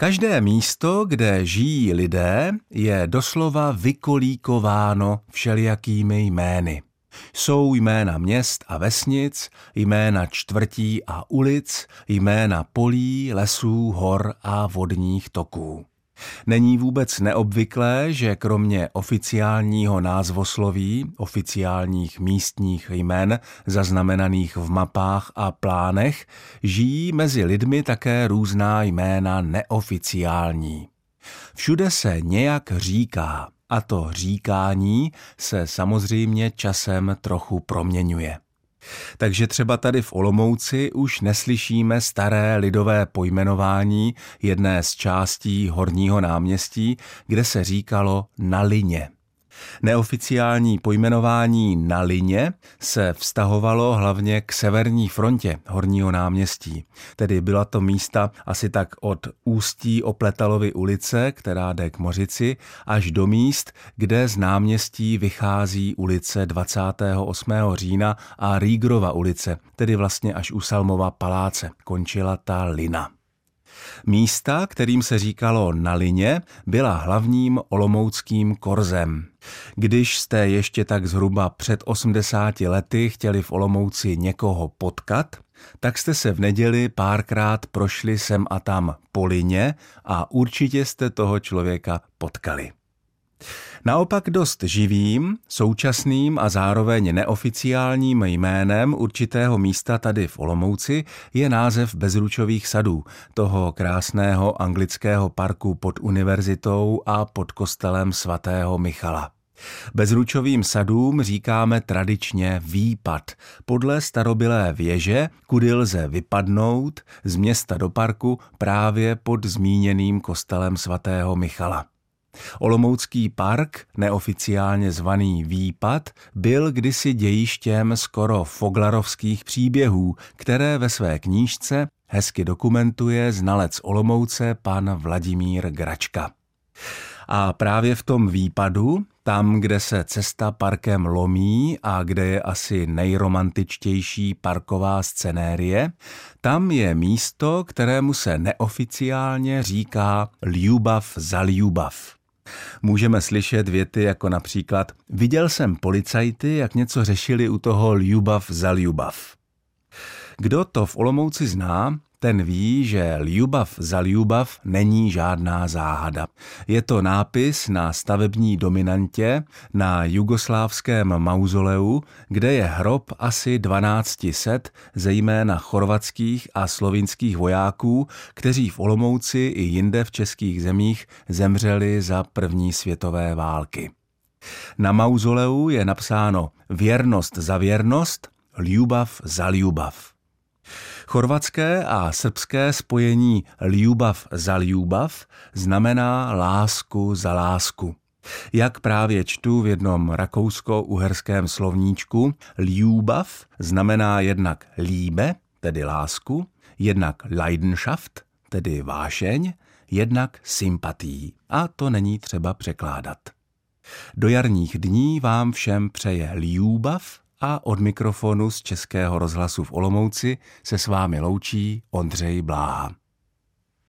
Každé místo, kde žijí lidé, je doslova vykolíkováno všelijakými jmény. Jsou jména měst a vesnic, jména čtvrtí a ulic, jména polí, lesů, hor a vodních toků. Není vůbec neobvyklé, že kromě oficiálního názvosloví, oficiálních místních jmen zaznamenaných v mapách a plánech, žijí mezi lidmi také různá jména neoficiální. Všude se nějak říká, a to říkání se samozřejmě časem trochu proměňuje. Takže třeba tady v Olomouci už neslyšíme staré lidové pojmenování jedné z částí Horního náměstí, kde se říkalo na lině. Neoficiální pojmenování na lině se vztahovalo hlavně k severní frontě Horního náměstí. Tedy byla to místa asi tak od ústí Opletalovy ulice, která jde k Mořici, až do míst, kde z náměstí vychází ulice 28. října a Rýgrova ulice, tedy vlastně až u Salmova paláce končila ta lina. Místa, kterým se říkalo na lině, byla hlavním olomouckým korzem. Když jste ještě tak zhruba před 80 lety chtěli v Olomouci někoho potkat, tak jste se v neděli párkrát prošli sem a tam po lině a určitě jste toho člověka potkali. Naopak dost živým, současným a zároveň neoficiálním jménem určitého místa tady v Olomouci je název Bezručových sadů, toho krásného anglického parku pod univerzitou a pod kostelem svatého Michala. Bezručovým sadům říkáme tradičně výpad, podle starobylé věže, kudy lze vypadnout z města do parku právě pod zmíněným kostelem svatého Michala. Olomoucký park, neoficiálně zvaný Výpad, byl kdysi dějištěm skoro foglarovských příběhů, které ve své knížce hezky dokumentuje znalec Olomouce pan Vladimír Gračka. A právě v tom Výpadu, tam, kde se cesta parkem lomí a kde je asi nejromantičtější parková scenérie, tam je místo, kterému se neoficiálně říká Ljubav za Ljubav. Můžeme slyšet věty jako například viděl jsem policajty, jak něco řešili u toho Ljubav za Ljubav. Kdo to v Olomouci zná, ten ví, že Ljubav za Ljubav není žádná záhada. Je to nápis na stavební dominantě na jugoslávském mauzoleu, kde je hrob asi 1200, zejména chorvatských a slovinských vojáků, kteří v Olomouci i jinde v českých zemích zemřeli za první světové války. Na mauzoleu je napsáno věrnost za věrnost, Ljubav za Ljubav. Chorvatské a srbské spojení Ljubav za Ljubav znamená lásku za lásku. Jak právě čtu v jednom rakousko-uherském slovníčku, Ljubav znamená jednak Liebe, tedy lásku, jednak Leidenschaft, tedy vášeň, jednak sympatii. A to není třeba překládat. Do jarních dní vám všem přeje Ljubav a od mikrofonu z Českého rozhlasu v Olomouci se s vámi loučí Ondřej Bláha.